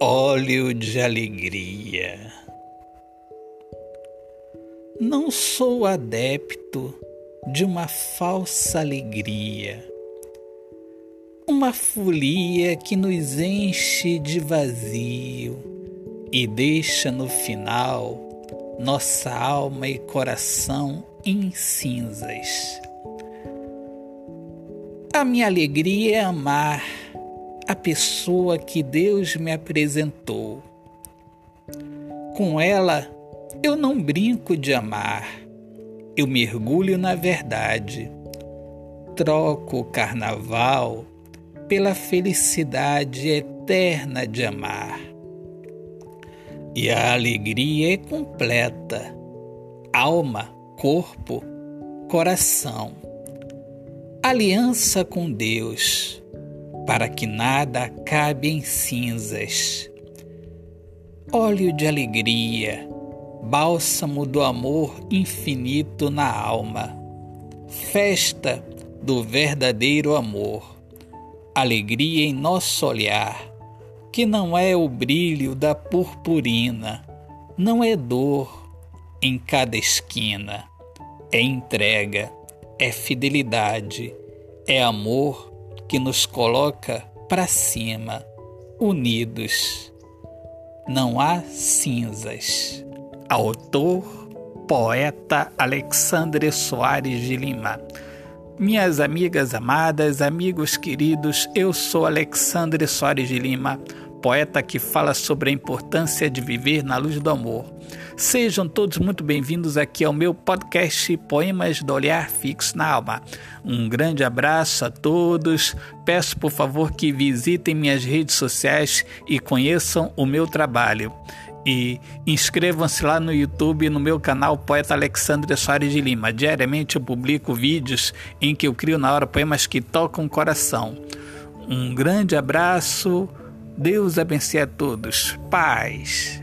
Óleo de alegria. Não sou adepto de uma falsa alegria, uma folia que nos enche de vazio e deixa no final nossa alma e coração em cinzas. A minha alegria é amar a pessoa que Deus me apresentou. Com ela, eu não brinco de amar, eu mergulho na verdade. Troco o carnaval pela felicidade eterna de amar. E a alegria é completa: alma, corpo, coração. Aliança com Deus, para que nada acabe em cinzas. Óleo de alegria, bálsamo do amor infinito na alma. Festa do verdadeiro amor. Alegria em nosso olhar, que não é o brilho da purpurina, não é dor em cada esquina. É entrega, é fidelidade, é amor que nos coloca para cima, unidos. Não há cinzas. Autor, poeta Alexandre Soares de Lima. Minhas amigas amadas, amigos queridos, eu sou Alexandre Soares de Lima, poeta que fala sobre a importância de viver na luz do amor. Sejam todos muito bem-vindos aqui ao meu podcast Poemas do Olhar Fixo na Alma. Um grande abraço a todos. Peço, por favor, que visitem minhas redes sociais e conheçam o meu trabalho. E inscrevam-se lá no YouTube, no meu canal Poeta Alexandre Soares de Lima. Diariamente eu publico vídeos em que eu crio na hora poemas que tocam o coração. Um grande abraço. Deus abençoe a todos. Paz.